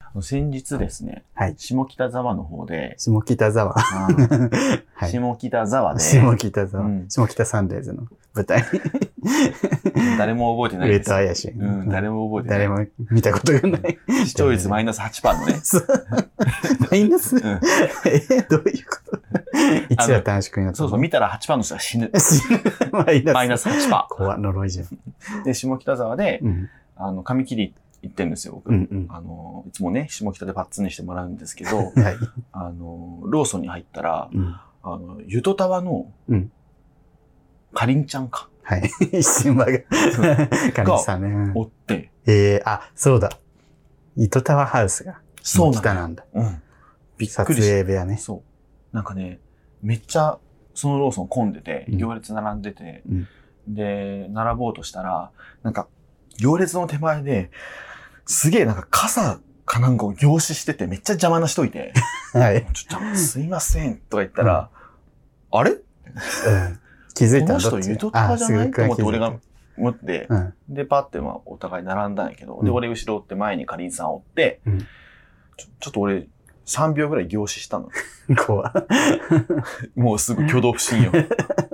先日ですね、 はい。 下北沢の方で、 下北沢。はい。 下北沢で、 下北沢、 うん下北サンデーズの舞台。 誰も覚えてないです。 上戸彩し。 うん、誰も覚えてない。 誰も見たことがない。 視聴率マイナス 8% のね。 マイナス、 うん、 どういうこと ?1 話短縮になった。 そうそう、見たら 8% の人が死ぬ。マイナス 8%。 怖い、呪いじゃん。 で、下北沢で、 うん、 髪切り行ってるんですよ、僕。 うんうん、 いつもね、下北でパッツンにしてもらうんですけど、 はい、 ローソンに入ったら、 うん、 ゆとたわの、 うん、 かりんちゃんか。 はい。一瞬間が。かりんさんね。 おって。 そうだ。糸タワーハウスが。 そうなんだ。 うん。びっくりした。 撮影部屋ね。 そう。なんかね、めっちゃ、そのローソン混んでて、行列並んでて、 うん、で、 並ぼうとしたら、なんか、行列の手前で、すげえなんか傘かなんかを凝視してて、めっちゃ邪魔な人いて、 はい。 すいません、とか言ったら、あれ、 気づいたこの人ゆとたわじゃないと思って俺が思って、で、パってお互い並んだんやけど、で、俺後ろって前にかりんさんおって、ちょっと俺3秒ぐらい凝視したの。 怖もうすぐ挙動不審よ。で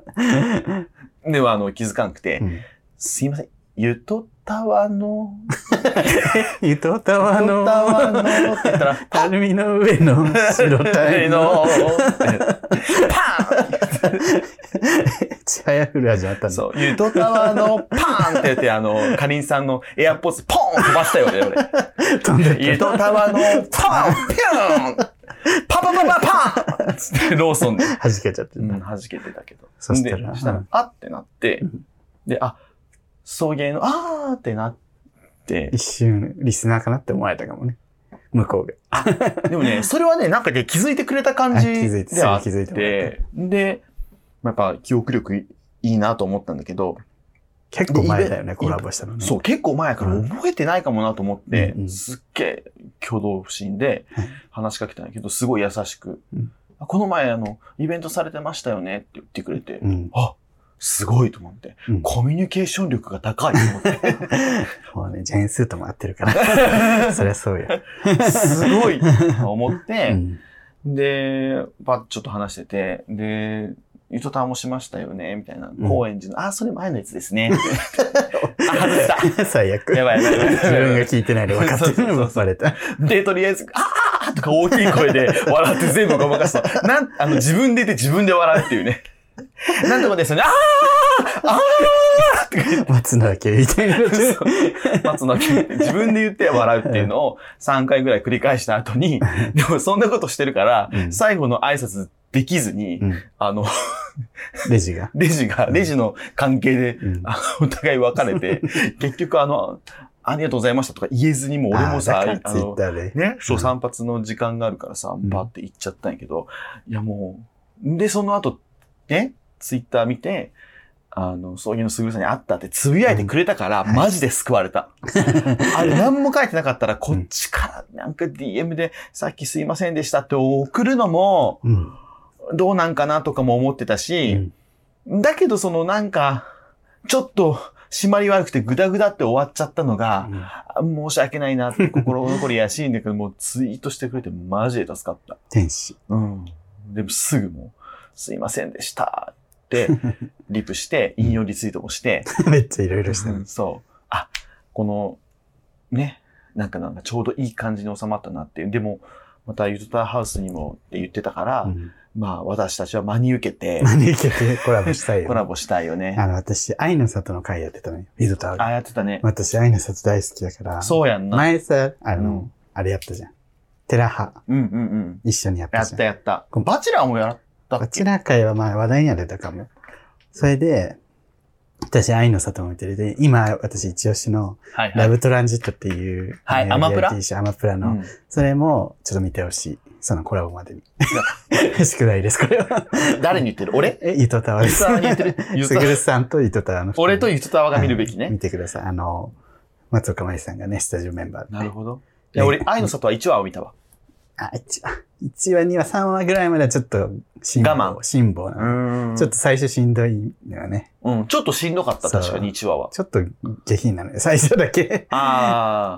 も気づかんくて、すいません、ゆとたわの、 ゆとたわの、 って言ったら、 たるみの上の白タイの、 パーンちはやふる始まったんだ。 そう、ゆとたわのパーンって言って、かりんさんのエアポッツポーン飛ばしたよね、俺。 飛んでゆとたわのパーンピューンパパパパパーンつってローソンで。 弾けちゃって。 弾けてたけど。 そしたら、 あってなって、で、送迎の、あーってなって。 一瞬、リスナーかなって思われたかもね。向こうが。でもね、それはね、なんかね、気づいてくれた感じであって、で、やっぱ記憶力いいなと思ったんだけど。 結構前だよね、コラボしたのね。 そう、結構前やから覚えてないかもなと思って、すっげえ挙動不審で話しかけたんだけど、すごい優しく、この前イベントされてましたよねって言ってくれて、すごいと思って、コミュニケーション力が高いと思って。 もうね、ジェーンスーとも合ってるから。そりゃそうよ。 すごいと思って、で、パッとちょっと話してて、で、ゆとたわもしましたよねみたいな。高円寺の、それ前のやつですね。外した。 最悪。 やばい。 自分が聞いてないで分かってるのバレた。 で、とりあえず、とか大きい声で笑って全部ごまかすと。自分でいて自分で笑うっていうね。なんとかですよね。 松野明みたいな。 松野明自分で言って笑うっていうのを3回ぐらい繰り返した後に、でもそんなことしてるから、最後の挨拶できずに、 レジの関係で、お互い別れて、結局ありがとうございましたとか言えずにも俺もさ、ね、散髪の時間があるからさ、バーって行っちゃったんやけど、いやもう、で、その後、ね、ツイッター見て、そういうのすぐるさんに会ったってつぶやいてくれたから、マジで救われた。あれ何も書いてなかったら、こっちからなんか DM で、さっきすいませんでしたって送るのも、どうなんかなとかも思ってたし、だけどなんか、ちょっと締まり悪くてグダグダって終わっちゃったのが、申し訳ないなって心残りやしいんだけど、もうツイートしてくれてマジで助かった。 天使。 でもすぐもう、すいませんでしたって、リプして、引用リツイートもして。 めっちゃいろいろしてる。 そう。この、ね、なんかちょうどいい感じに収まったなっていう。でも、またゆとたわハウスにもって言ってたから、私たちは真に受けてコラボしたいよ。 コラボしたいよね。 私、愛の里の会やってたね。ゆとたわ。 やってたね。 私、愛の里大好きだから。 そうやんな。 前さ、あれやったじゃん。テラハ。一緒にやったじゃん。 やった。バチェラーもやったっけ？ バチェラー会は話題には出たかも。それで、私、愛の里も見てるで、今、私一押しの、ラブトランジットっていう、 アマプラの、それも、ちょっと見てほしい。そのコラボまでに。宿題です、これは。 誰に言ってる？俺？ ゆとたわです。 ゆとたわに言ってる？ すぐるさんとゆとたわの。 俺とゆとたわが見るべきね。 見てください。松岡茉優さんがね、スタジオメンバーで。 なるほど。いや、俺、愛の里は1話を見たわ。 1話、2話、3話ぐらいまではちょっと辛抱なの。ちょっと最初しんどいのよね。 ちょっとしんどかった、確かに1話は。 ちょっと下品なのよ、最初だけ。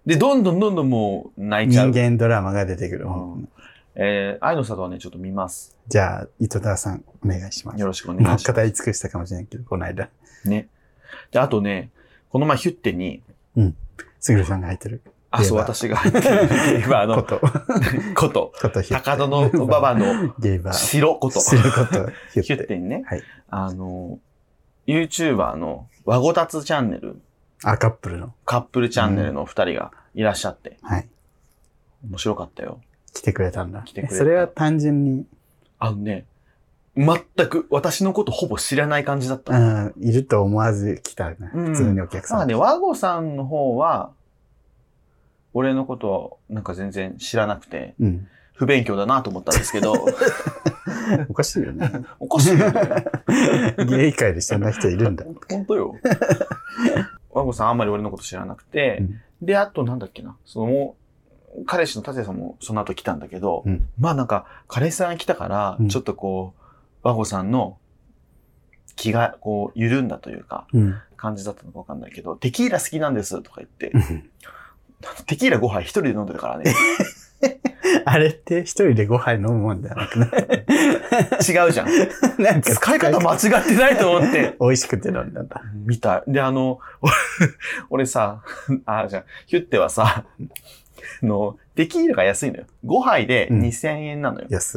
で、どんどんもう泣いちゃう。 人間ドラマが出てくる。 愛の里はね、ちょっと見ます。 じゃあ、糸田さん、お願いします。 よろしくお願いします。 語り尽くしたかもしれないけど、この間。 ね。で、あとね、この前ヒュッテに、 すぐるさんが入ってる。 そう、私が入ってる。ゲイバーの。こと。高田の馬場の白こと。 白こと。 ヒュッテにね、YouTuber のワゴタツチャンネル。 カップルの。 カップルチャンネルの二人がいらっしゃって。 はい。 面白かったよ。 来てくれたんだ。それは単純に。 全く私のことほぼ知らない感じだった。 いると思わず来たね。普通にお客さん。 まあね、ワゴさんの方は、俺のことをなんか全然知らなくて、不勉強だなと思ったんですけど。 おかしいよね。 おかしいよね。 ゲイ界でそんな人いるんだ。 本当よ。ワゴさんあんまり俺のこと知らなくて、で、あとなんだっけな、彼氏の達也さんもその後来たんだけど、まあなんか、彼氏さんが来たから、ちょっとこう、ワゴさんの気がこう、緩んだというか、感じだったのかわかんないけど、テキーラ好きなんですとか言って、テキーラ5杯一人で飲んでるからね。 あれって一人で5杯飲むもんじゃなくない？ 違うじゃん。なんか使い方間違ってないと思って。 美味しくて飲んだんだ。 みたい。で、俺さ、じゃあ、ヒュッテはさ、テキーラが安いのよ。5杯で2000円なのよ。 安。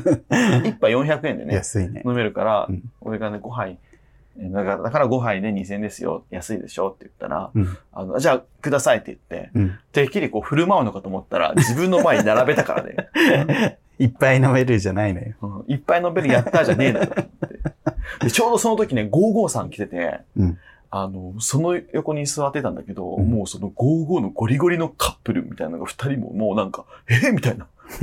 1杯400円でね。 安いね。 飲めるから、俺がね、5杯、だから5杯で2000円ですよ。安いでしょって言ったら、じゃあ、くださいって言って、てっきりこう振る舞うのかと思ったら、自分の前に並べたからね。 いっぱい飲めるじゃないのよ。 いっぱい飲めるやったじゃねえのよ。で、ちょうどその時ね、55さん来てて、その横に座ってたんだけど、もうその55のゴリゴリのカップルみたいなのが2人ももうなんか、みたいな。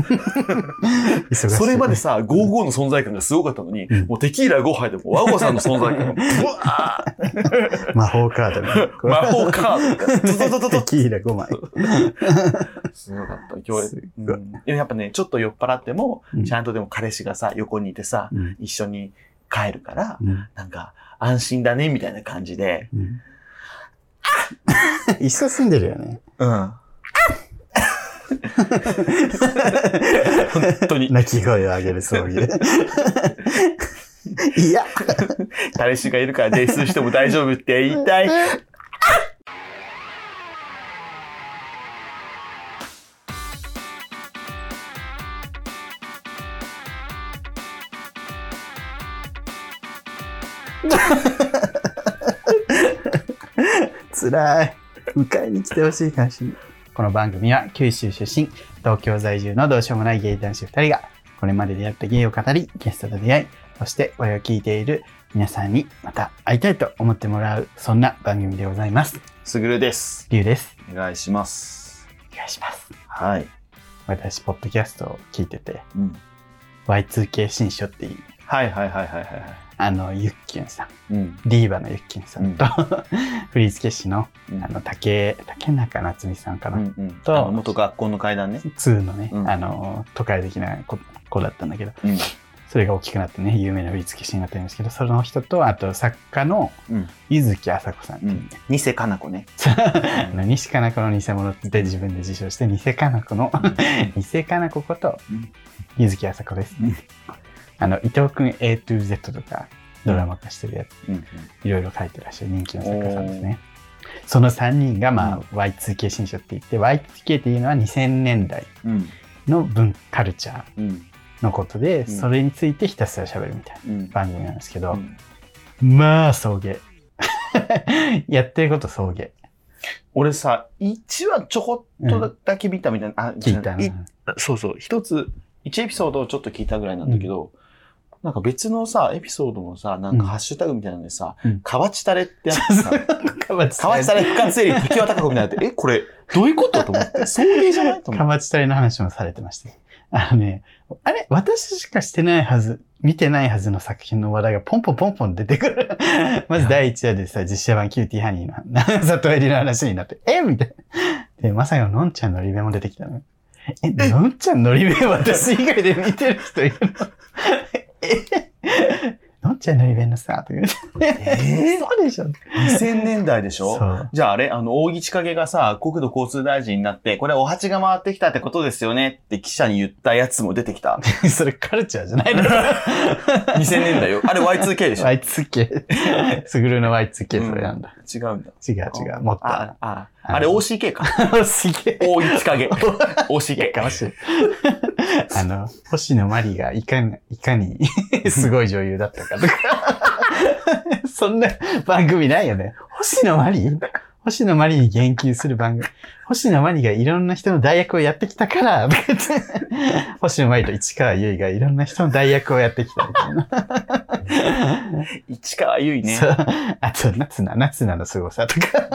それまでさ、55の存在感がすごかったのに、もうテキーラ5杯でもワゴさんの存在感が、ブワー魔法カードね。 魔法カードテキーラ5枚。 すごかった。やっぱね、ちょっと酔っ払っても、ちゃんとでも彼氏がさ、横にいてさ、一緒に帰るから、なんか、安心だね、みたいな感じで。 一緒住んでるよね。 本当に。 泣き声を上げるそういう。いや。 彼氏がいるから泥酔しても大丈夫って言いたい。 辛い。迎えに来てほしいかもしれない。この番組は九州出身、東京在住のどうしようもないゲイ男子2人が、これまで出会ったゲイを語り、ゲストと出会い、そしてこれを聞いている皆さんにまた会いたいと思ってもらう、そんな番組でございます。 すぐるです。 りゅうです。 お願いします。 お願いします。 はい。 私、ポッドキャストを聞いてて、Y2K 新書っていう。 はい。 ゆっきゅんさん。ディーバのゆっきゅんさんと、振付師の、竹中夏美さんかな。 と、元学校の階段ね。 2のね、都会的な子だったんだけど、それが大きくなってね、有名な振付師になってるんですけど、その人と、あと作家の、柚木麻子さん。 偽かな子ね。 西かな子の偽物って自分で自称して、偽かな子の、偽かな子こと、柚木麻子です。伊藤くん A to Z とかドラマ化してるやつ、いろいろ書いてらっしゃる人気の作家さんですね。その3人が、Y2K 新書って言って、Y2K っていうのは2000年代のカルチャーのことで、それについてひたすら喋るみたいな番組なんですけど、まあ、送迎。やってること送迎。 俺さ、1話ちょこっとだけ見たみたいな。 聞いたな。 そう、1エピソードをちょっと聞いたぐらいなんだけど、なんか別のさ、エピソードのさ、なんかハッシュタグみたいなのでさ、河内タレってやつさ、河内タレ復活セリフ、時は高くみたいなって、これ、どういうことと思って、送迎じゃないと思って。 河内タレの話もされてました。私しかしてないはず、見てないはずの作品の話題がポンポン出てくる。まず第1話でさ、実写版キューティーハニーの里襟の話になって、みたいな。で、まさかのんちゃんのリベも出てきたの。のんちゃんのリベ私以外で見てる人いるの？のんちちゃのり弁のさ、とか言って。そうでしょ。 2000年代でしょ。じゃあ大木千景がさ、国土交通大臣になって、これお鉢が回ってきたってことですよねって記者に言ったやつも出てきた。 それカルチャーじゃないの ?2000 年代よ。あれ Y2K でしょ。 Y2K。すぐるの Y2K それなんだ。 違うんだ。 違う。もっと。 あれ OCK か。 OCK。 大木千景。OCK かもしれない。星野真里がいかにすごい女優だったかとか。そんな番組ないよね。星野真里に言及する番組。星野真里がいろんな人の代役をやってきたから、星野真里と市川由衣がいろんな人の代役をやってきたみたいな。 市川由衣ね。 そう。あと、夏菜の凄さとか。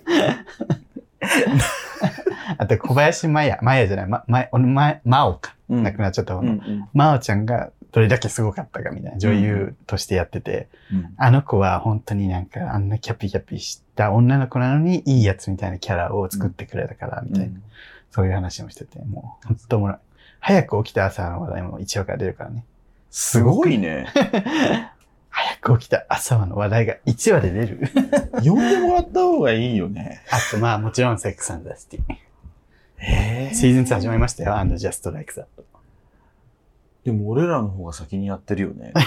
あと、小林麻也じゃない、真央か。亡くなっちゃった方の。真央ちゃんがどれだけすごかったかみたいな女優としてやってて、あの子は本当になんかあんなキャピキャピした女の子なのにいいやつみたいなキャラを作ってくれたから、みたいな。そういう話もしてて、もう本当おもろい。早く起きた朝の話題も1話から出るからね。 すごいね。 早く起きた朝の話題が1話で出る。 読んでもらった方がいいよね。 あともちろんセックス&ザ・シティ。シーズン2始まりましたよ。And Just Like That。 でも俺らの方が先にやってるよね。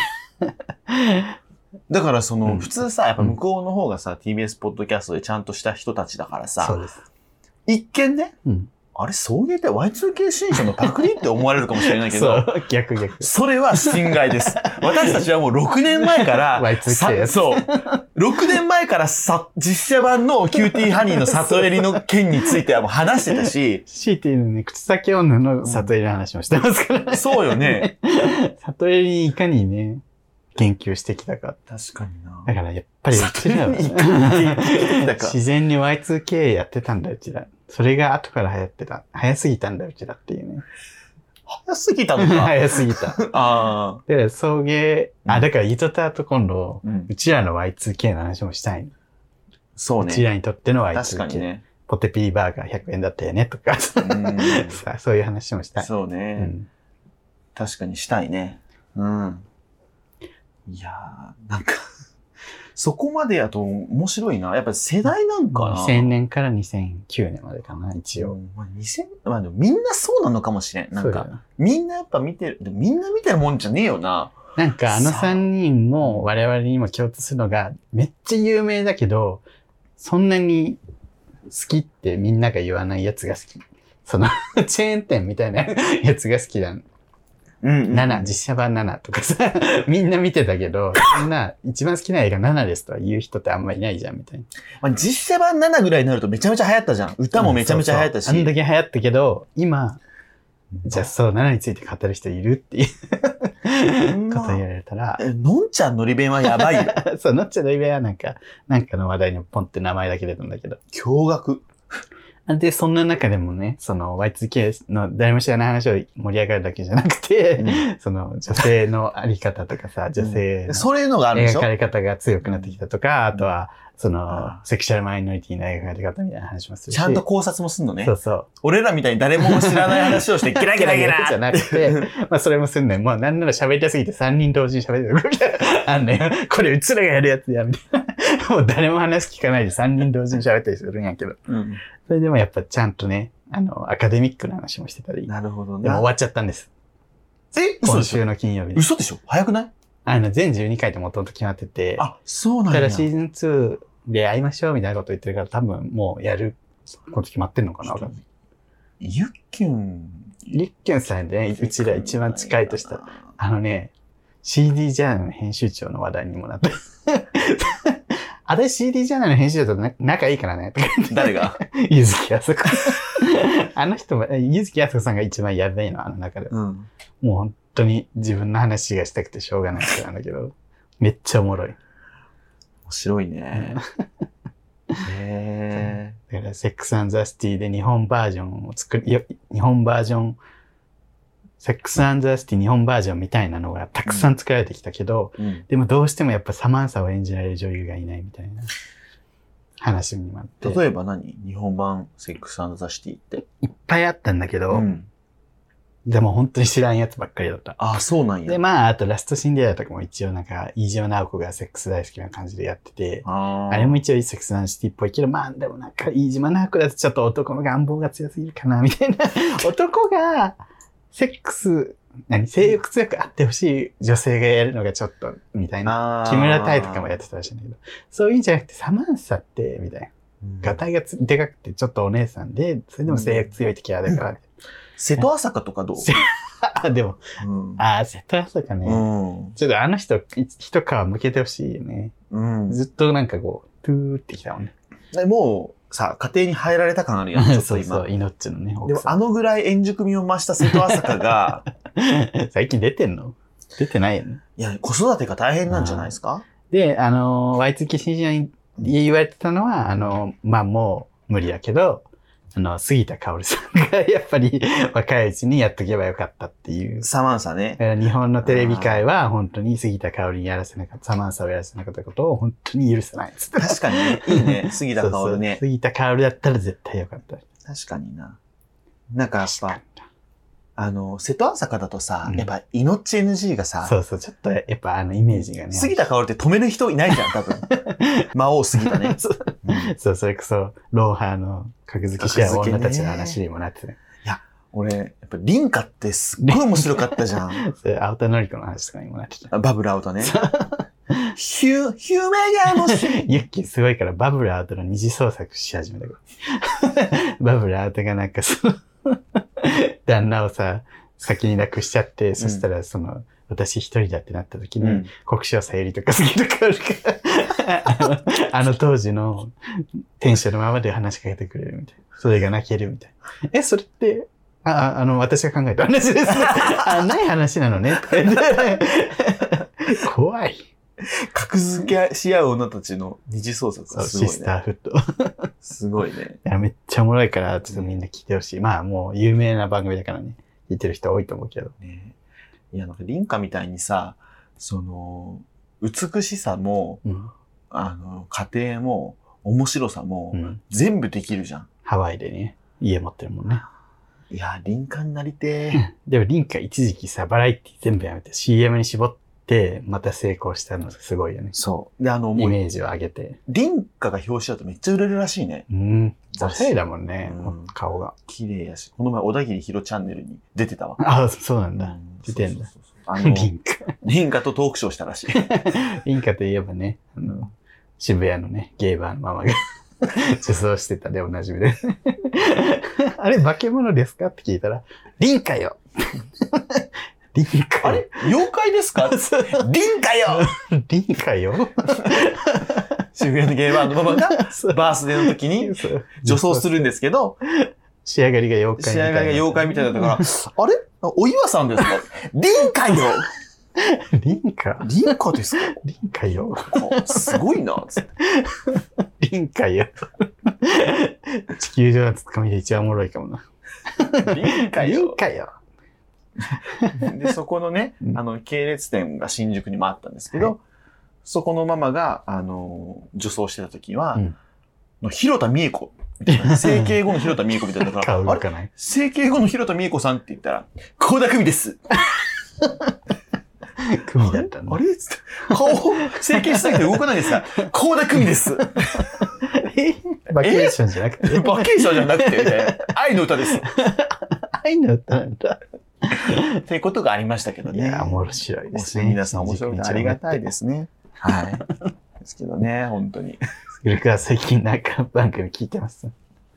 だから普通さ、やっぱ向こうの方がさ、TBS ポッドキャストでちゃんとした人たちだからさ、 そうです。 一見ね、あれ、送迎って Y2K 新書のパクリって思われるかもしれないけど、 そう、逆。 それは侵害です。私たちはもう6年前から、 Y2K そう、6年前から実写版のキューティーハニーの里襟の件についてはもう話してたし、 強いて言うのね、口先女の里襟の話もしてますからね。 そうよね。 里襟にいかにね、言及してきたか。 確かにな。 だからやっぱりうちらは自然に Y2K やってたんだ、うちら。それが後から早すぎたんだ、うちらっていうね。 早すぎたのか。 早すぎた。 ああ。 だから送迎、だからゆとたと今度、うちらの Y2K の話もしたい。 そうね。 うちらにとっての Y2K。 確かにね。 ポテピーバーガー100円だったよね、とか。さあ、そういう話もしたい。 そうね。確かにしたいね。いやー、なんか、そこまでやと面白いな。やっぱり世代なんかな。 2000年から2009年までかな、一応。 でもみんなそうなのかもしれん。なんか、みんなやっぱ見てる、みんな見てるもんじゃねえよな。 なんか3人も我々にも共通するのが、めっちゃ有名だけど、そんなに好きってみんなが言わないやつが好き。チェーン店みたいなやつが好きだ。7、実写版7とかさ、みんな見てたけど、そんな、一番好きな映画7ですとは言う人ってあんまりいないじゃん、みたいな。 実写版7ぐらいになるとめちゃめちゃ流行ったじゃん。歌もめちゃめちゃ流行ったし。 あんだけ流行ったけど、今、じゃあ7について語る人いるっていうこと言われたら。 のんちゃんのり弁はやばいよ。 そう、のんちゃんのり弁はなんかの話題にポンって名前だけ出たんだけど。 驚愕。 で、そんな中でもね、Y2K の誰も知らない話を盛り上がるだけじゃなくて、女性のあり方とかさ、女性のそういうのがあるでしょ。 描かれ方が強くなってきたとか、あとは、セクシャルマイノリティの描かれ方みたいな話もするし。 ちゃんと考察もすんのね。 そうそう。 俺らみたいに誰も知らない話をして、ギラギラギラじゃなくて、それもすんねん。もうなんなら喋りたすぎて3人同時に喋ってるみたいな。あんねん。これうちらがやるやつや、みたいな。もう誰も話聞かないで3人同時に喋ったりするんやけど。それでもやっぱちゃんとね、アカデミックな話もしてたり。 なるほどね。 でも終わっちゃったんです。今週の金曜日。 嘘でしょ？早くない？ 全12回ともともと決まってて。 あ、そうなんだ。 ただシーズン2で会いましょうみたいなこと言ってるから多分もうやること決まってんのかな？ ゆっきゅんさんでね、うちら一番近いとした。CD ジャーナルの編集長の話題にもなった。あれ CD ジャーナルの編集長と仲いいからね。 誰が？ ゆずきあそこ。あの人も、ゆずきあそこさんが一番やべえの、あの中で。もう本当に自分の話がしたくてしょうがない人なんだけど、めっちゃおもろい。 面白いね。へー。だから、セックス&ザ・シティで日本バージョンをセックス&ザ・シティ日本バージョンみたいなのがたくさん作られてきたけど、でもどうしてもやっぱサマンサを演じられる女優がいないみたいな話にもあって。 例えば何？日本版セックス&ザ・シティって。 いっぱいあったんだけど、 でも本当に知らんやつばっかりだった。 あ、そうなんや。 で、まあ、あとラストシンデレラとかも一応なんか、飯島直子がセックス大好きな感じでやってて、あれも一応セックスアンドシティっぽいけど、まあ、でもなんか、飯島直子だとちょっと男の願望が強すぎるかな、みたいな。男が、セックス、性欲強くあってほしい女性がやるのがちょっと、みたいな。木村太とかもやってたらしいんだけど、そういうんじゃなくて、サマンサって、みたいな。ガタイがでかくてちょっとお姉さんで、それでも性欲強いってキャラだから。 瀬戸朝香とかどうでも、瀬戸朝香ね。ちょっとあの人、一皮向けてほしいよね。ずっとなんかこう、トゥーってきたもんね。 もう、さ、家庭に入られた感あるやん、ちょっと今。 そう、命のね。 でもあのぐらい円熟味を増した瀬戸朝香が、 最近出てんの？出てないよね。 いや、子育てが大変なんじゃないですか？ で、Y2K 新人に言われてたのは、まあもう無理だけど、杉田薫さんがやっぱり若いうちにやっとけばよかったっていう。 サマンサね。 日本のテレビ界は本当に杉田薫にやらせなかった、サマンサをやらせなかったことを本当に許さないです。 確かにね。いいね。杉田薫ね。 杉田薫だったら絶対よかった。 確かにな。なんかやっぱ、瀬戸朝香だとさ、やっぱ命 NG がさ、 そう、ちょっとやっぱイメージがね。 杉田薫って止める人いないじゃん、多分。魔王杉田ね。 そう、それこそ、ローハーの格付けし合う女たちの話にもなってた。いや、俺、やっぱ凛花ってすっごい面白かったじゃん。 それ、青田のり子の話とかにもなってた。 バブルアウトね。ヒューメガのユッキーすごいからバブルアウトの二次創作し始めたから。バブルアウトがなんか旦那をさ、先に亡くしちゃって、そしたら私一人だってなった時に、国生さゆりとか杉田薫が当時のテンションのままで話しかけてくれるみたいな。それが泣けるみたいな。それって、私が考えた話です。ない話なのね。怖い。 格付けし合う女たちの二次創作がすごいね。 シスターフット。 すごいね。 いや、めっちゃおもろいから、ちょっとみんな聞いてほしい。まあ、もう有名な番組だからね。聞いてる人多いと思うけど。 ね、いや、なんか凛花みたいにさ、美しさも、家庭も、面白さも、全部できるじゃん。 ハワイでね、家持ってるもんね。 いや、凛花になりてー。でも凛花一時期さ、バラエティ全部やめて CM に絞って、また成功したのすごいよね。 そう。で、 イメージを上げて。 凛花が表紙だとめっちゃ売れるらしいね。 おしゃれだもんね、顔が。 綺麗やし。この前、小田切ヒロチャンネルに出てたわ。 あ、そうなんだ。出てんだ。 凛花とトークショーしたらしい。 凛花といえばね、渋谷のね、ゲイバーのママが女装してたでおなじみで。あれ、化け物ですかって聞いたら、凛花よ凛花。 あれ妖怪ですか凛花よ凛花よ渋谷のゲイバーのママがバースデーの時に女装するんですけど、 仕上がりが妖怪みたいな。 仕上がりが妖怪みたいだったから、あれお岩さんですか凛花よ凛花凛花ですか凛花よすごいなつって。 凛花よ地球上のツッコミで一番おもろいかもな。 凛花よ。 凛花よで、そこのね、系列店が新宿にもあったんですけど、そこのママが、女装してた時は、広田美恵子。整形後の広田美恵子みたいなから、あれ整形後の広田美恵子さんって言ったら、倖田來未です。 久美だったの。 あれつって、顔、整形しすぎて動かないですか倖田來未です。 バケーションじゃなくてバケーションじゃなくて、みたいな。愛の歌です。 愛の歌なんだ。 っていうことがありましたけどね。 いや、面白いですね。 皆さん面白いありがたいですね。はい。ですけどね、本当に。 それから最近なんか番組聞いてます。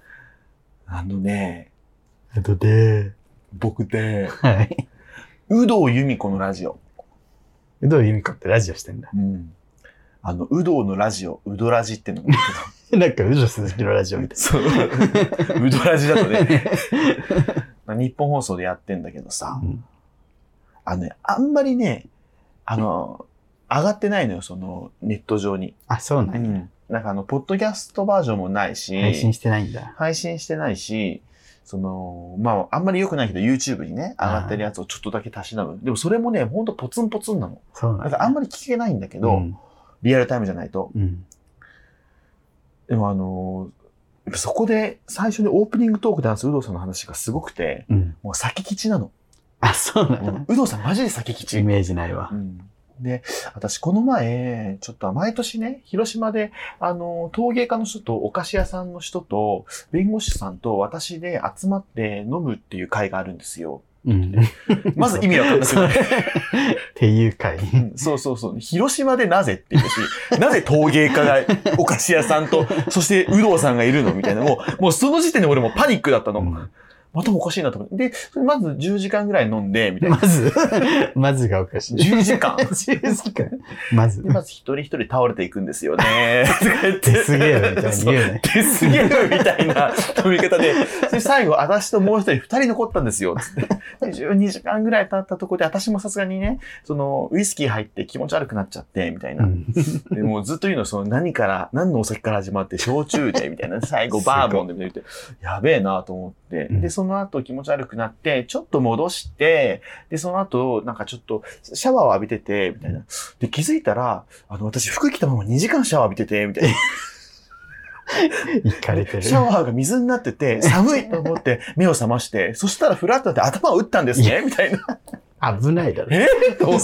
僕で、 はい。 有働由美子のラジオ。 有働由美子ってラジオしてんだ。 有働のラジオ、ウドラジってのもいいけど。なんか、有働鈴木のラジオみたいな。 そう。ウドラジだとね。日本放送でやってんだけどさ、あんまりね、上がってないのよ、ネット上に。 あ、そうなんや。 なんかポッドキャストバージョンもないし、 配信してないんだ。 配信してないし、まあ、あんまり良くないけど YouTube にね、上がってるやつをちょっとだけたしなむ。でもそれもね、ほんとポツンポツンなの。 そうなんだ。 だからあんまり聞けないんだけど、リアルタイムじゃないと。でもそこで最初にオープニングトークで話す有働さんの話がすごくて、もう先吉なの。 あ、そうなの、 有働さんマジで酒吉。 イメージないわ。 で、私この前、ちょっと毎年ね、広島で、陶芸家の人とお菓子屋さんの人と、弁護士さんと私で集まって飲むっていう会があるんですよ。まず意味わかんない。 っていう会。 そう。広島でなぜっていうし、なぜ陶芸家がお菓子屋さんと、そして有働さんがいるのみたいな、もうその時点で俺もパニックだったの。またもおかしいなと思って。で、まず10時間ぐらい飲んで、みたいな。 まずがおかしい。 10時間 ?10 時間まず一人一人倒れていくんですよね。 手すげえみたいに言うね。 手すげえみたいな飲み方で。で、最後、私ともう一人二人残ったんですよ。つって。12時間ぐらい経ったところで、私もさすがにね、ウイスキー入って気持ち悪くなっちゃって、みたいな。でもうずっと言うの、何のお酒から始まって、焼酎で、みたいな。最後、バーボンで、みたいな言って、やべえなと思って。で、その後気持ち悪くなって、ちょっと戻して、で、その後、なんかちょっと、シャワーを浴びてて、みたいな。で、気づいたら、私服着たまま2時間シャワー浴びてて、みたいな。 行かれてる。 シャワーが水になってて、寒いと思って目を覚まして、そしたらフラットで頭を打ったんですね、みたいな。 危ないだろ。 と思って。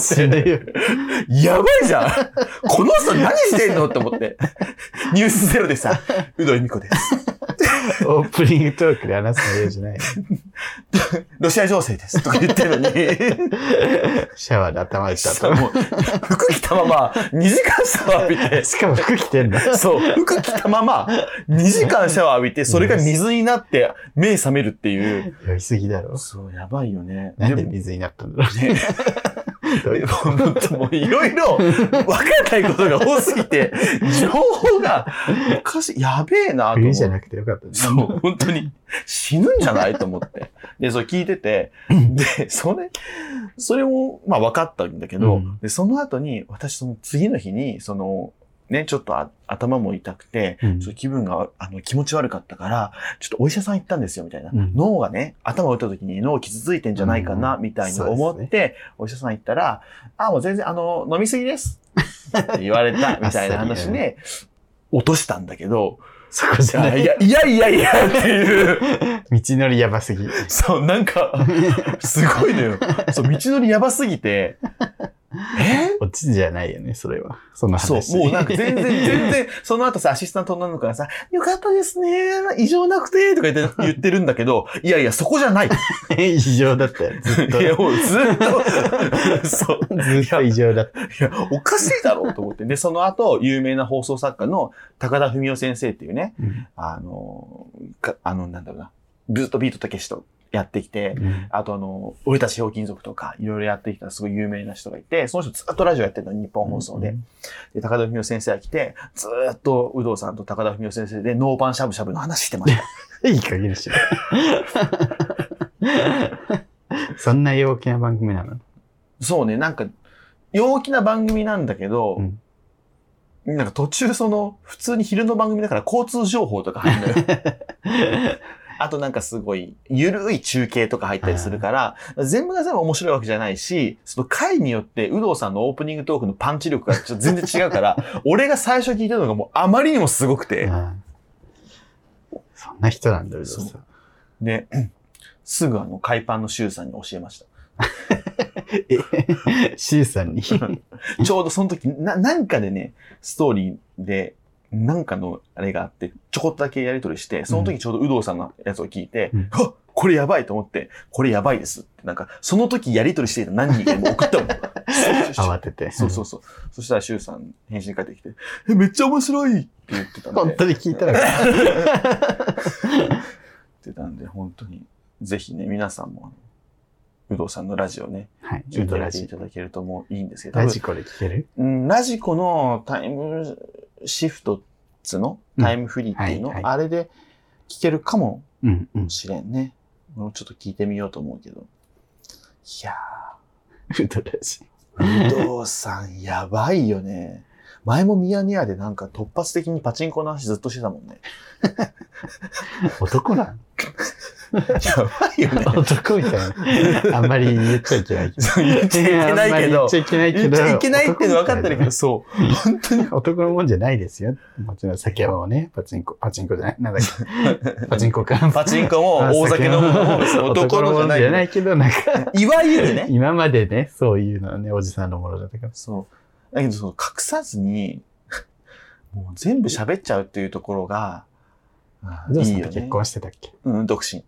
やばいじゃん。この人何してんのって思って。ニュースゼロでさ、有働由美子です。 オープニングトークで話すのようじゃない。 ロシア情勢ですとか言ってるのに。 シャワーで頭打ったと。もう服着たまま2時間シャワー浴びて。 しかも服着てんだ。 そう。服着たまま2時間シャワー浴びて、それが水になって目覚めるっていう。 酔いすぎだろ。 そう、やばいよね。 なんで水になったんだろうね。 もういろいろ分かんないことが多すぎて、情報がおかしい、やべえなと思って。 冬じゃなくてよかったね。 そう、本当に死ぬんじゃないと思って。で、それ聞いてて、で、それも、まあ分かったんだけど、で、その後に、私その次の日に、ちょっと頭も痛くて、ちょっと気分が、気持ち悪かったから、ちょっとお医者さん行ったんですよ、みたいな。脳がね、頭を打った時に脳傷ついてんじゃないかな、みたいに思って、お医者さん行ったら、もう全然、飲みすぎです。って言われた、みたいな話で、落としたんだけど、 そこじゃない。 いやっていう。 道のりやばすぎ。 そう、なんか、すごいのよ。そう、道のりやばすぎて、 落ちじゃないよね、それは。その話。 そう、もうなんか全然、その後さ、アシスタントなのからさ、よかったですね、異常なくて、とか言ってるんだけど、いやいや、そこじゃない。 異常だったよ、ずっと。 いや、もうずっと、そう。 ずっと異常だった。 いや、おかしいだろうと思って。で、その後、有名な放送作家の高田文夫先生っていうね、なんだろうな、ずっとビートたけしとやってきて、あと俺たちひょうきん族とか、いろいろやってきたすごい有名な人がいて、その人ずっとラジオやってるの、日本放送で。で、高田文夫先生が来て、ずっと有働さんと高田文夫先生でノーパンしゃぶしゃぶの話してました。 いい加減にしろ。そんな陽気な番組なの？ そうね、なんか、陽気な番組なんだけど、なんか途中普通に昼の番組だから交通情報とか入るのよ。あとなんかすごい、ゆるい中継とか入ったりするから、全部が全部面白いわけじゃないし、その回によって有働さんのオープニングトークのパンチ力がちょっと全然違うから、俺が最初聞いたのがもうあまりにもすごくて。 そんな人なんだ、有働さん。 で、すぐ海パンのシュウさんに教えました。 シュウさんにちょうどその時、なんかでね、ストーリーで、なんかのあれがあって、ちょこっとだけやり取りして、その時ちょうど有働さんのやつを聞いて、これやばいと思って、これやばいですって、なんか、その時やり取りしていた何人かにも送ったもん。 慌てて。 そう。そしたら、シュウさん、返信返ってきて、めっちゃ面白いって言ってたんで。 本当に聞いたら。 言ってたんで、本当に、ぜひね、皆さんも、有働さんのラジオね、 はい、 聞いてみていただけるといいんですけど。 ラジコで聞ける？ ラジコのタイムシフトのタイムフリーっていうの、あれで聞けるかもしれんね。もうちょっと聞いてみようと思うけど。いやー。ウドラジ。 有働さんやばいよね。前もミヤネ屋でなんか突発的にパチンコの話ずっとしてたもんね。 男なんやばいよね。 男みたいな。あんまり言っちゃいけないけど。 言っちゃいけないけど。 言っちゃいけないけど。 言っちゃいけないっていうの分かってるけど、そう。本当に。 男のもんじゃないですよ。もちろん酒もね、パチンコじゃないなんだっけ。パチンコか。 パチンコも大酒飲むのも男のもんじゃないけど、 なんか。 いわゆるね。 今までね、そういうのはね、おじさんのものだったから。 そう。だけど、隠さずに、もう全部喋っちゃうっていうところが、 いいよね。結婚してたっけ？ 独身。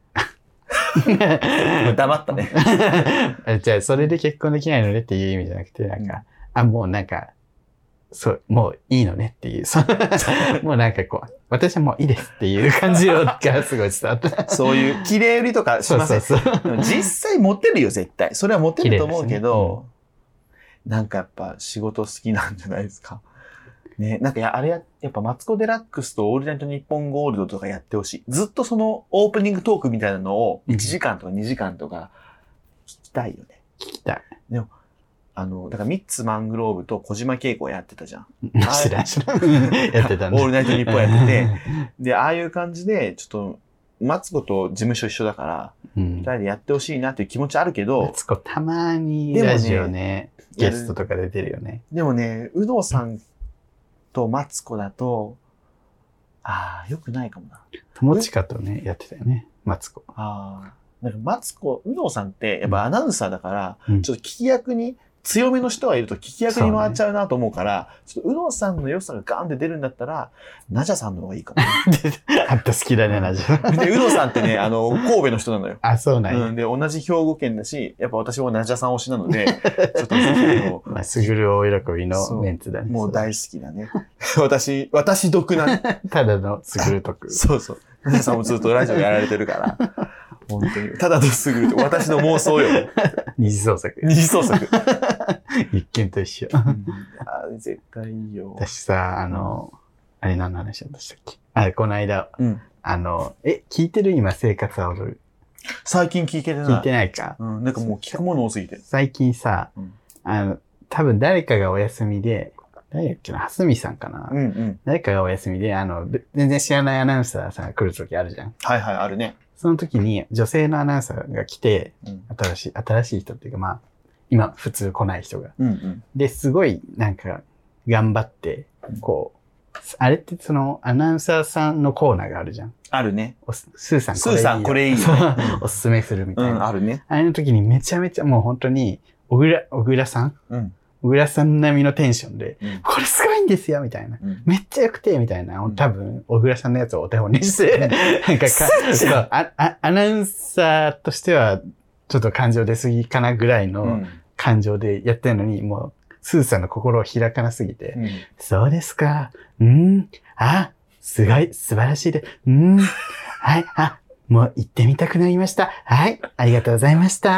黙ったね。 じゃあ、それで結婚できないのねっていう意味じゃなくて、なんか、もうなんか、そう、もういいのねっていう、もうなんかこう、私はもういいですっていう感じがすごい伝わった。 そういう綺麗売りとかしません。そう実際モテるよ、絶対。それはモテると思うけど、なんかやっぱ仕事好きなんじゃないですか。ね、なんかあれやっぱマツコデラックスとオールナイトニッポンゴールドとかやってほしい。ずっとそのオープニングトークみたいなのを1時間とか2時間とか聞きたいよね。 聞きたい。 でも、だからミッツマングローブと小島慶子やってたじゃん。 知らん。やってたね。 オールナイトニッポンやってて。で、ああいう感じで、ちょっと、マツコと事務所一緒だから、二人でやってほしいなっていう気持ちあるけど。 マツコたまにラジオね、ゲストとか出てるよね。 でもね、有働さんとマツコだと、良くないかもな。 友近とね、やってたよね、マツコ。 なんかマツコ、有働さんってやっぱアナウンサーだから、ちょっと聞き役に強めの人がいると聞き役に回っちゃうなと思うから、ちょっと有働さんの良さがガーンって出るんだったら、ナジャさんの方がいいかも、 ね。あんた好きだね、ナジャ。 で、有働さんってね、神戸の人なのよ。 そうなんや。 で、同じ兵庫県だし、やっぱ私もナジャさん推しなので、ちょっとまあ、すぐる大喜びのメンツだね。 もう大好きだね。私得な。 ただのすぐる得。 そうそう。ナジャさんもずっとラジオやられてるから。本当に。ただのすぐると、私の妄想よ。 二次創作。 二次創作。 一見と一緒。 絶対いいよ。 私さ、あれ何の話だったっけ？この間、聞いてる今、生活は踊る。 最近聞いてない。 聞いてないか。 なんかもう聞くもの多すぎて。 最近さ、多分誰かがお休みで、誰だっけな、蓮見さんかな。誰かがお休みで、全然知らないアナウンサーさんが来るときあるじゃん。 はいはい、あるね。 その時に女性のアナウンサーが来て、新しい人っていうか、まあ、今普通来ない人が。で、すごいなんか頑張って、こう、あれってそのアナウンサーさんのコーナーがあるじゃん。 あるね。 スーさんこれいいよ。おすすめするみたいな。 あるね。 あれの時にめちゃめちゃもう本当に、小倉さん小倉さん並みのテンションで、これすごいんですよみたいな。めっちゃ良くてみたいな。多分、小倉さんのやつをお手本にして、なんかアナウンサーとしては、ちょっと感情出すぎかなぐらいの感情でやってるのに、もう、スーさんの心を開かなすぎて、そうですか。すごい、素晴らしいで。はい、もう行ってみたくなりました。はい、ありがとうございました。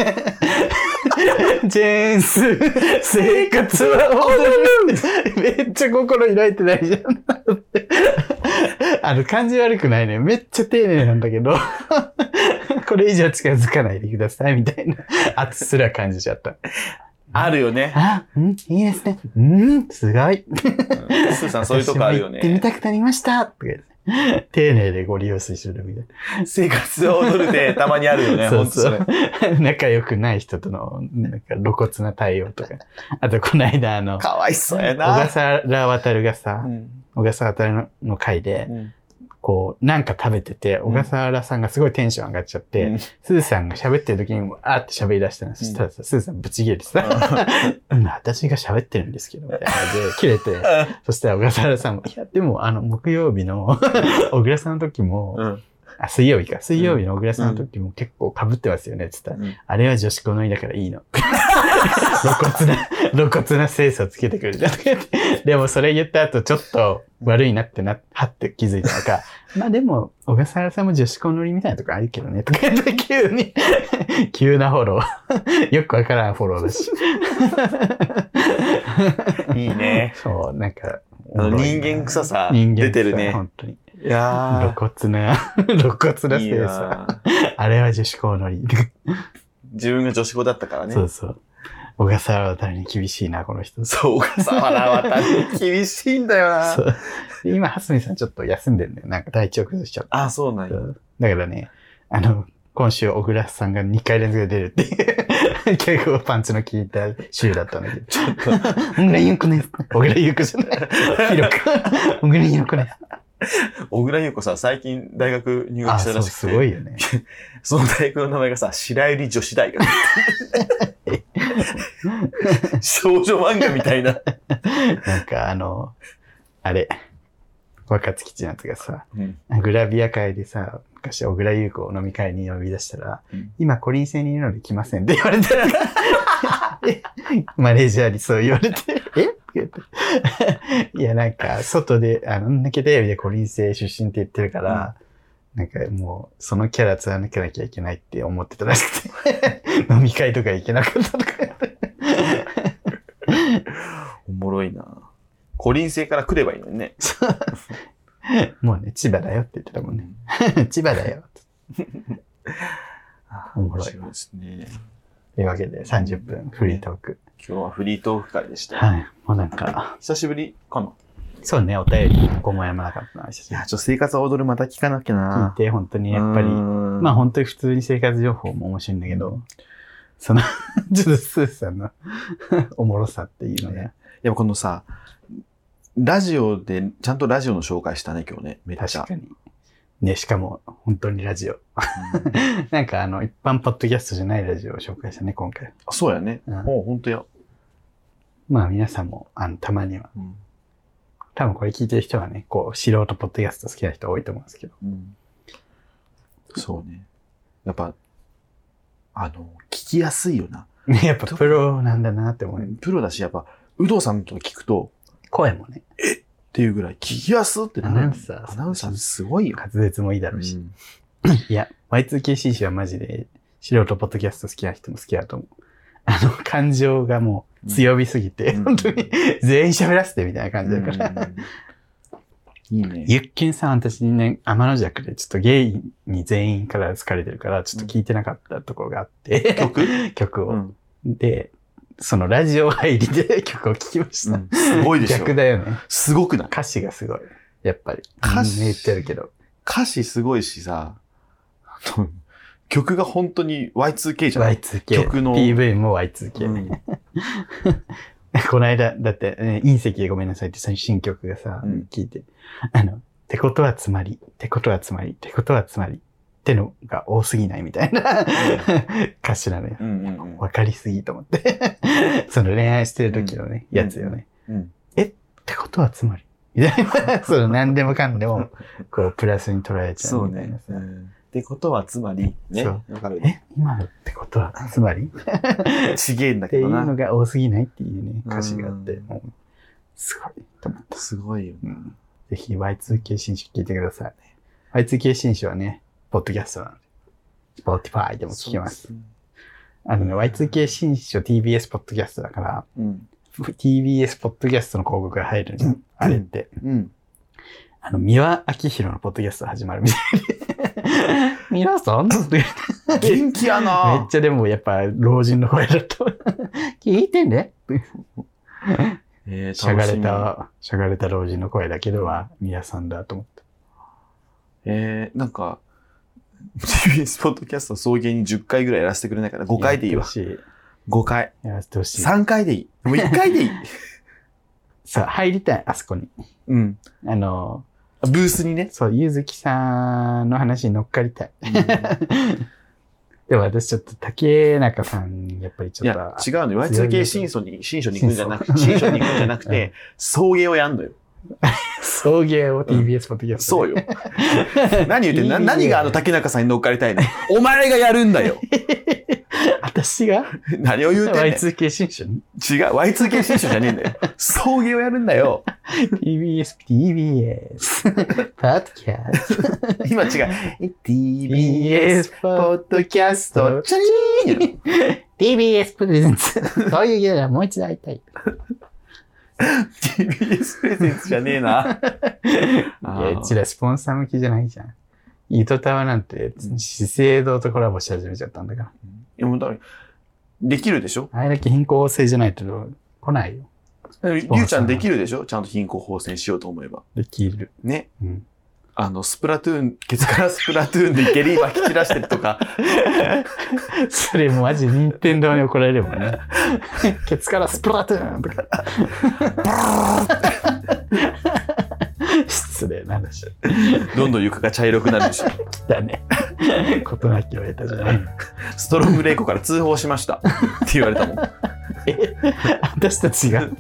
ジェーンス、生活は踊る。めっちゃ心開いてないじゃん。感じ悪くないね。めっちゃ丁寧なんだけど、これ以上近づかないでください、みたいな圧すら感じちゃった。 あるよね。 いいですね。すごい。 スーさんそういうとこあるよね。 行ってみたくなりました。とか言って丁寧でご利用するみたいな。 生活を踊るでたまにあるよね、 そうそう。仲良くない人との、なんか露骨な対応とか。あと、この間かわいそうやな。 小笠原渉がさ、小笠原の回で、こう、なんか食べてて、小笠原さんがすごいテンション上がっちゃって、スーさんが喋ってる時に、って喋り出したの。そしたらさ、スーさんぶち切れてさ、私が喋ってるんですけど、みたいな感じで切れて、そしたら小笠原さんも、いや、でも、木曜日の小倉さんの時も、水曜日か。水曜日の小倉さんの時も結構被ってますよね、つったら、あれは女子好みだからいいの。露骨な清楚つけてくるじゃん。でもそれ言った後ちょっと悪いなってはって気づいたのか、まあでも、小笠原さんも女子好みみたいなとこあるけどね、とか言って急なフォロー。よくわからんフォローだし。 いいね。 そう、なんか。 人間臭さ出てるね。 本当に。 いや露骨な清楚。あれは女子好み。 自分が女子校だったからね。 そうそう。小笠原渡に厳しいな、この人。 そう、小笠原渡に厳しいんだよな。そう。 今、蓮見さんちょっと休んでるんだよ。なんか体調崩しちゃった。 そうなんや。 だからね、 今週、小倉さんが2回連続で出るっていう、結構パンチの効いた週だったんだけど。ちょっと、小倉優子です。小倉優子じゃない。広く。小倉優子です。 小倉優子さ、最近大学入学したらしくて。 すごいよね。 その大学の名前がさ、白百合女子大学。少女漫画みたいな。 なんかあれ、若槻千夏がさ、グラビア界でさ、昔小倉優子を飲み会に呼び出したら、今コリン星にいるので来ませんって言われて、マネージャーにそう言われて、いやなんか外で、だけテレビでコリン星出身って言ってるから、なんかもうそのキャラ貫かなきゃいけないって思ってたらしくて、飲み会とか行けなかったとか言って。 おもろいな。コリン星から来ればいいのにね。 もうね、千葉だよって言ってたもんね。千葉だよ。おもろいですね。 というわけで30分フリートーク。 今日はフリートーク会でした。 はい。もうなんか。 久しぶりかな。 そうね、お便り、ここもやまなかったな。いや、生活は踊るまた聞かなきゃな。 聞いて、本当にやっぱり、まあ本当に普通に生活情報も面白いんだけど、ちょっとスーさんのおもろさっていうのね。 やっぱこのさ、ラジオで、ちゃんとラジオの紹介したね、今日ね。めっちゃ。 確かに。ね、しかも、本当にラジオ。なんか一般ポッドキャストじゃないラジオを紹介したね、今回。 そうやね。もう本当や。 まあ皆さんも、たまには。多分これ聞いてる人はね、こう、素人ポッドキャスト好きな人多いと思うんですけど。 そうね。やっぱ、聞きやすいよな。 やっぱプロなんだなって思う。 プロだし、やっぱ、有働さんと聞くと、 声もね。 っていうぐらい聞きやすってなる。 アナウンサーすごいよ。 滑舌もいいだろうし。いや、Y2KC はマジで素人ポッドキャスト好きな人も好きだと思う。感情がもう強火すぎて、本当に全員喋らせてみたいな感じだから。 いいね。 ゆっきんさん、私ね、天の弱でちょっとゲイに全員から好かれてるから、ちょっと聞いてなかったところがあって。曲を。で、そのラジオ入りで曲を聴きました。 すごいでしょ。 逆だよね。 すごくない？ 歌詞がすごい。やっぱり。 歌詞言ってるけど。 歌詞すごいしさ、曲が本当に Y2K じゃない？ Y2K。曲の。PV も Y2K ね。この間、だって、隕石でごめんなさいって新曲がさ、聞いて、ってことはつまり、ってことはつまり、ってことはつまり、ってのが多すぎないみたいな歌詞なのよ。わかりすぎと思って。その恋愛してる時のね、やつよね。ってことはつまりみたいな。その何でもかんでも、こう、プラスに捉えちゃうみたいなさ。 ってことはつまり、ね。わかる。 今のってことはつまりちげえんだけどな。 っていうのが多すぎないっていうね、歌詞があって、もう、すごいと思った。 すごいよ。 ぜひ Y2K 新書聞いてください。Y2K 新書はね、ポッドキャストなので、Spotify でも聞けます。Y2K 新書 TBS ポッドキャストだから、TBS ポッドキャストの広告が入るんじゃん。あれって。三輪明宏のポッドキャスト始まるみたいで。皆さん元気やな。 めっちゃでもやっぱ老人の声だと。聞いてね。しゃがれた老人の声だけどは、三輪さんだと思った。 なんか、TBS ポッドキャスト送迎に10回ぐらいやらせてくれないから5回でいいわ。5回。 やらせてほしい。 3回でいい。もう1回でいい。 さあ、入りたい、あそこに。 ブースにね。 そう、ゆずきさんの話に乗っかりたい。でも私ちょっと竹中さん、やっぱりちょっと。 いや、違うのよ。Y2K 新書に行くんじゃなくて、送迎をやんのよ。 送迎を TBS ポッドキャスト。 そうよ。何言ってんの？何が竹中さんに乗っかりたいの？お前がやるんだよ。 私が何を言うてんねん。 Y2K 新書に違う。Y2K 新書じゃねえんだよ。送迎をやるんだよ。 TBS ポッドキャスト。 今違う。TBS ポッドキャスト。チャリーン TBS プレゼンツ。そういうゲームはもう一度会いたい。 TBS プレゼンツじゃねえな。 いや、うちらスポンサー向きじゃないじゃん。糸タワなんて、資生堂とコラボし始めちゃったんだから。 いや、もうだから、できるでしょ？ あれだけ貧困性じゃないと来ないよ。 りゅうちゃんできるでしょ？ちゃんと貧困法制しようと思えば。 できる。 ね。 スプラトゥーン、ケツからスプラトゥーンで下痢撒き散らしてるとか。 それマジ任天堂に怒られるもんね。ケツからスプラトゥーンとか。失礼な話。 どんどん床が茶色くなるし。 だね。事なきを得たじゃない。 ストロングレイコから通報しましたって言われたもん。 私たちが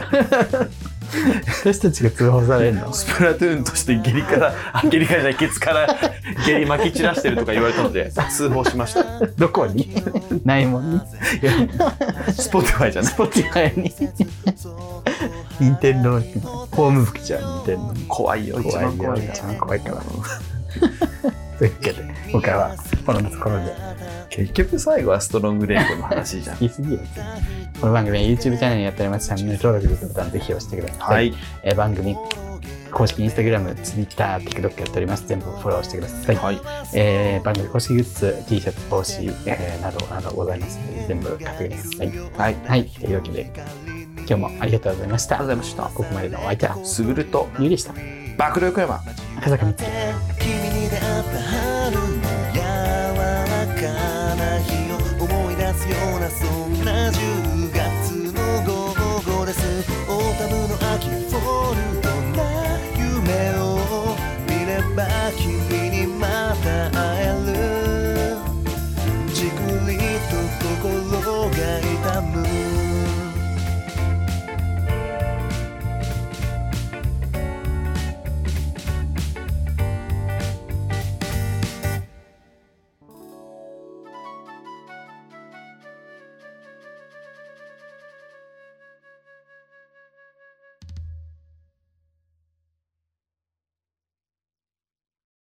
通報されるの？ スプラトゥーンとして下痢からじゃない、ケツから下痢撒き散らしてるとか言われたので通報しました。 どこに？ないもんに。 スポティファイじゃない。 スポティファイに。任天堂ホーム吹きちゃう任天堂。 怖いよ。一番怖いから。というわけで今回はこのところで。 結局最後はストロングレイコの話じゃん。 言い過ぎよ。この番組は YouTube チャンネルにやっております。チャンネル登録できるボタンぜひ押してください。はい。番組公式 Instagram、Twitter、TikTok やっております。全部フォローしてください。はい。番組公式グッズ、T シャツ、帽子、などなどございますので全部買ってください。はい。はい。というわけで今日もありがとうございました。 ありがとうございました。 ここまでのお相手はすぐるとゆうでした。 爆力山赤坂見つけ。 君に出会った春の柔らかな日を思い出すようなそんな